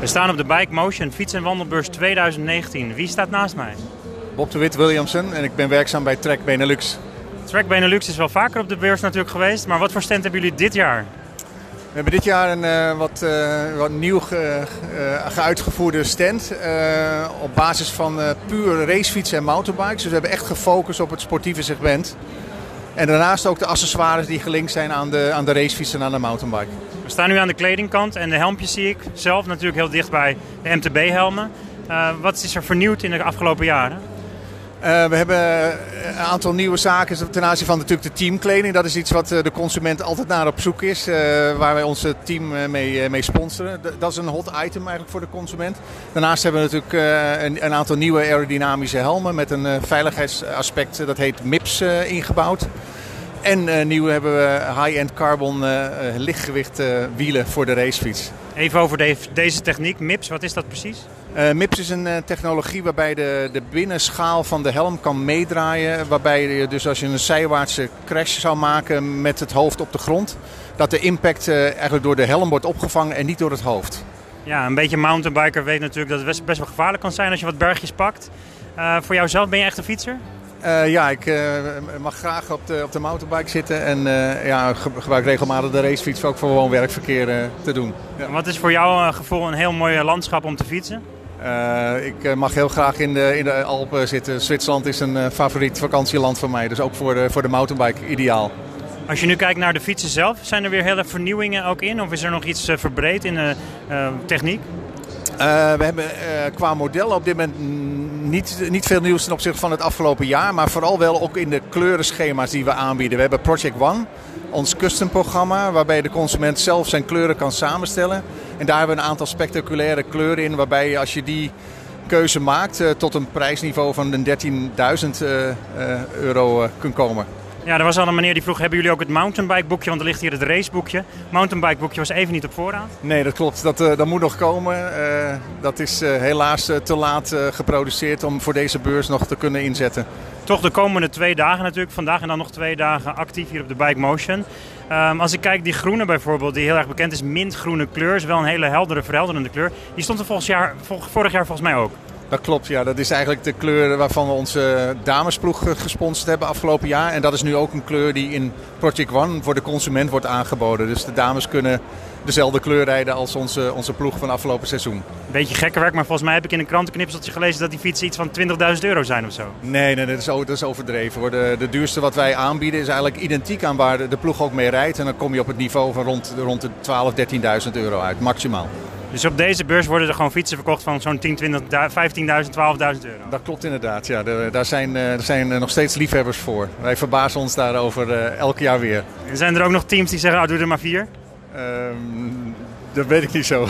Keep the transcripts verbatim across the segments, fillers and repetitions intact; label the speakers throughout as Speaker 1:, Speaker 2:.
Speaker 1: We staan op de Bike Motion Fiets- en Wandelbeurs tweeduizend negentien. Wie staat naast mij?
Speaker 2: Bob de Wit Williamson en ik ben werkzaam bij Trek Benelux.
Speaker 1: Trek Benelux is wel vaker op de beurs natuurlijk geweest, maar wat voor stand hebben jullie dit jaar?
Speaker 2: We hebben dit jaar een uh, wat, uh, wat nieuw ge, uh, geuitgevoerde stand uh, op basis van uh, puur racefietsen en mountainbikes. Dus we hebben echt gefocust op het sportieve segment. En daarnaast ook de accessoires die gelinkt zijn aan de, aan de racefiets en aan de mountainbike.
Speaker 1: We staan nu aan de kledingkant en de helmpjes zie ik zelf natuurlijk heel dicht bij de M T B-helmen. Uh, wat is er vernieuwd in de afgelopen jaren?
Speaker 2: Uh, we hebben een aantal nieuwe zaken ten aanzien van natuurlijk de teamkleding. Dat is iets wat de consument altijd naar op zoek is, uh, waar wij ons team mee, mee sponsoren. Dat is een hot item eigenlijk voor de consument. Daarnaast hebben we natuurlijk uh, een, een aantal nieuwe aerodynamische helmen met een uh, veiligheidsaspect, dat heet M I P S, uh, ingebouwd. En uh, nieuw hebben we high-end carbon uh, lichtgewicht uh, wielen voor de racefiets.
Speaker 1: Even over de, deze techniek, M I P S, wat is dat precies?
Speaker 2: Uh, M I P S is een uh, technologie waarbij de, de binnenschaal van de helm kan meedraaien. Waarbij je dus als je een zijwaartse crash zou maken met het hoofd op de grond, dat de impact uh, eigenlijk door de helm wordt opgevangen en niet door het hoofd.
Speaker 1: Ja, een beetje mountainbiker weet natuurlijk dat het best, best wel gevaarlijk kan zijn als je wat bergjes pakt. Uh, voor jouzelf, ben je echt een fietser?
Speaker 2: Uh, ja, ik uh, mag graag op de, op de mountainbike zitten en uh, ja, gebruik regelmatig de racefiets ook voor gewoon werkverkeer uh, te doen. Ja.
Speaker 1: Wat is voor jou uh, gevoel een heel mooi landschap om te fietsen?
Speaker 2: Uh, ik uh, mag heel graag in de, in de Alpen zitten. Zwitserland is een uh, favoriet vakantieland voor mij, dus ook voor de, voor de mountainbike ideaal.
Speaker 1: Als je nu kijkt naar de fietsen zelf, zijn er weer hele vernieuwingen ook in? Of is er nog iets uh, verbreed in de uh, techniek?
Speaker 2: Uh, we hebben uh, qua modellen op dit moment niet, niet veel nieuws ten opzichte van het afgelopen jaar. Maar vooral wel ook in de kleurenschema's die we aanbieden. We hebben Project One, ons custom programma, waarbij de consument zelf zijn kleuren kan samenstellen. En daar hebben we een aantal spectaculaire kleuren in, waarbij je als je die keuze maakt uh, tot een prijsniveau van dertienduizend uh, uh, euro uh, kunt komen.
Speaker 1: Ja, er was al een meneer die vroeg, hebben jullie ook het mountainbike boekje? Want er ligt hier het raceboekje. Mountainbike boekje was even niet op voorraad.
Speaker 2: Nee, dat klopt. Dat, uh, dat moet nog komen. Uh, dat is uh, helaas uh, te laat uh, geproduceerd om voor deze beurs nog te kunnen inzetten.
Speaker 1: Toch de komende twee dagen natuurlijk. Vandaag en dan nog twee dagen actief hier op de Bike Motion. Um, als ik kijk, die groene bijvoorbeeld, die heel erg bekend is, mintgroene kleur. Is wel een hele heldere, verhelderende kleur. Die stond er volgens jaar, vorig jaar volgens mij ook.
Speaker 2: Dat klopt, ja. Dat is eigenlijk de kleur waarvan we onze damesploeg gesponsord hebben afgelopen jaar. En dat is nu ook een kleur die in Project One voor de consument wordt aangeboden. Dus de dames kunnen dezelfde kleur rijden als onze, onze ploeg van afgelopen seizoen.
Speaker 1: Beetje gekke werk, maar volgens mij heb ik in een krantenknipseltje gelezen dat die fietsen iets van twintigduizend euro zijn of zo.
Speaker 2: Nee, nee, dat is, dat is overdreven hoor. De, de duurste wat wij aanbieden is eigenlijk identiek aan waar de, de ploeg ook mee rijdt. En dan kom je op het niveau van rond, rond de twaalfduizend, dertienduizend euro uit, maximaal.
Speaker 1: Dus op deze beurs worden er gewoon fietsen verkocht van zo'n tien, twintig, vijftienduizend, twaalfduizend euro?
Speaker 2: Dat klopt inderdaad, ja. De, daar zijn, er zijn nog steeds liefhebbers voor. Wij verbazen ons daarover uh, elk jaar weer.
Speaker 1: En zijn er ook nog teams die zeggen, oh, doe er maar vier?
Speaker 2: Um, dat weet ik niet zo.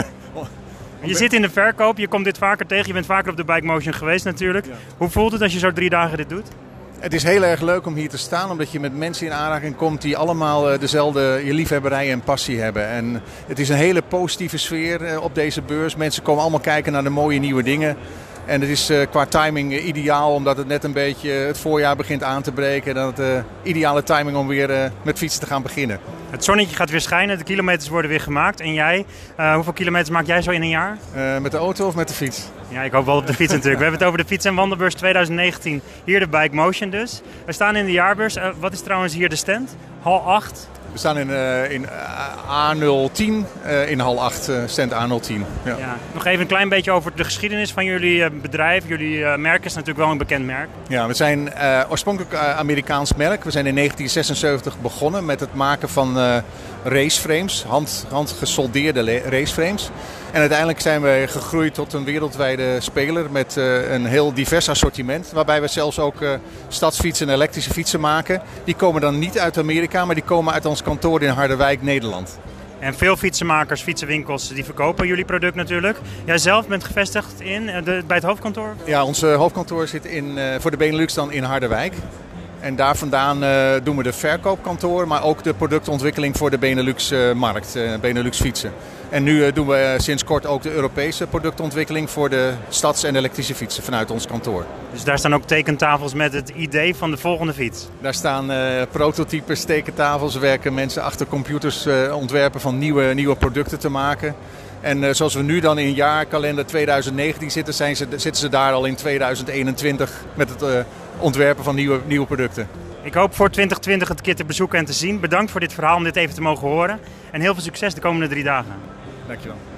Speaker 1: Je zit in de verkoop, je komt dit vaker tegen, je bent vaker op de Bike Motion geweest natuurlijk. Ja. Hoe voelt het als je zo drie dagen dit doet?
Speaker 2: Het is heel erg leuk om hier te staan, omdat je met mensen in aanraking komt die allemaal dezelfde je liefhebberij en passie hebben. En het is een hele positieve sfeer op deze beurs. Mensen komen allemaal kijken naar de mooie nieuwe dingen. En het is qua timing ideaal, omdat het net een beetje het voorjaar begint aan te breken. En dan het uh, ideale timing om weer uh, met fietsen te gaan beginnen.
Speaker 1: Het zonnetje gaat weer schijnen, de kilometers worden weer gemaakt. En jij, uh, hoeveel kilometers maak jij zo in een jaar?
Speaker 2: Uh, met de auto of met de fiets?
Speaker 1: Ja, ik hoop wel op de fiets natuurlijk. We hebben het over de Fiets- en Wandelbeurs tweeduizend negentien. Hier de Bike Motion dus. We staan in de jaarbeurs. Uh, wat is trouwens hier de stand? Hal acht.
Speaker 2: We staan in, uh, in A nul tien, uh, in hal acht, uh, stand A nul tien. Ja.
Speaker 1: Ja, nog even een klein beetje over de geschiedenis van jullie uh, bedrijf. Jullie uh, merk is natuurlijk wel een bekend merk.
Speaker 2: Ja, we zijn uh, oorspronkelijk uh, Amerikaans merk. We zijn in negentien zesenzeventig begonnen met het maken van uh, raceframes, hand, handgesoldeerde raceframes. En uiteindelijk zijn we gegroeid tot een wereldwijde speler met uh, een heel divers assortiment. Waarbij we zelfs ook uh, stadsfietsen en elektrische fietsen maken. Die komen dan niet uit Amerika, maar die komen uit ons kantoor in Harderwijk, Nederland.
Speaker 1: En veel fietsenmakers, fietsenwinkels, die verkopen jullie product natuurlijk. Jij zelf bent gevestigd in, de, bij het hoofdkantoor?
Speaker 2: Ja, ons uh, hoofdkantoor zit in, uh, voor de Benelux dan in Harderwijk. En daar vandaan uh, doen we de verkoopkantoor, maar ook de productontwikkeling voor de Benelux-markt, uh, Benelux fietsen. En nu uh, doen we uh, sinds kort ook de Europese productontwikkeling voor de stads- en elektrische fietsen vanuit ons kantoor.
Speaker 1: Dus daar staan ook tekentafels met het idee van de volgende fiets?
Speaker 2: Daar staan uh, prototypes, tekentafels, werken mensen achter computers uh, ontwerpen van nieuwe, nieuwe producten te maken. En uh, zoals we nu dan in jaarkalender tweeduizend negentien zitten, zijn ze, zitten ze daar al in tweeduizend eenentwintig met het uh, ontwerpen van nieuwe, nieuwe producten.
Speaker 1: Ik hoop voor twintig twintig het keer te bezoeken en te zien. Bedankt voor dit verhaal om dit even te mogen horen. En heel veel succes de komende drie dagen.
Speaker 2: Dankjewel.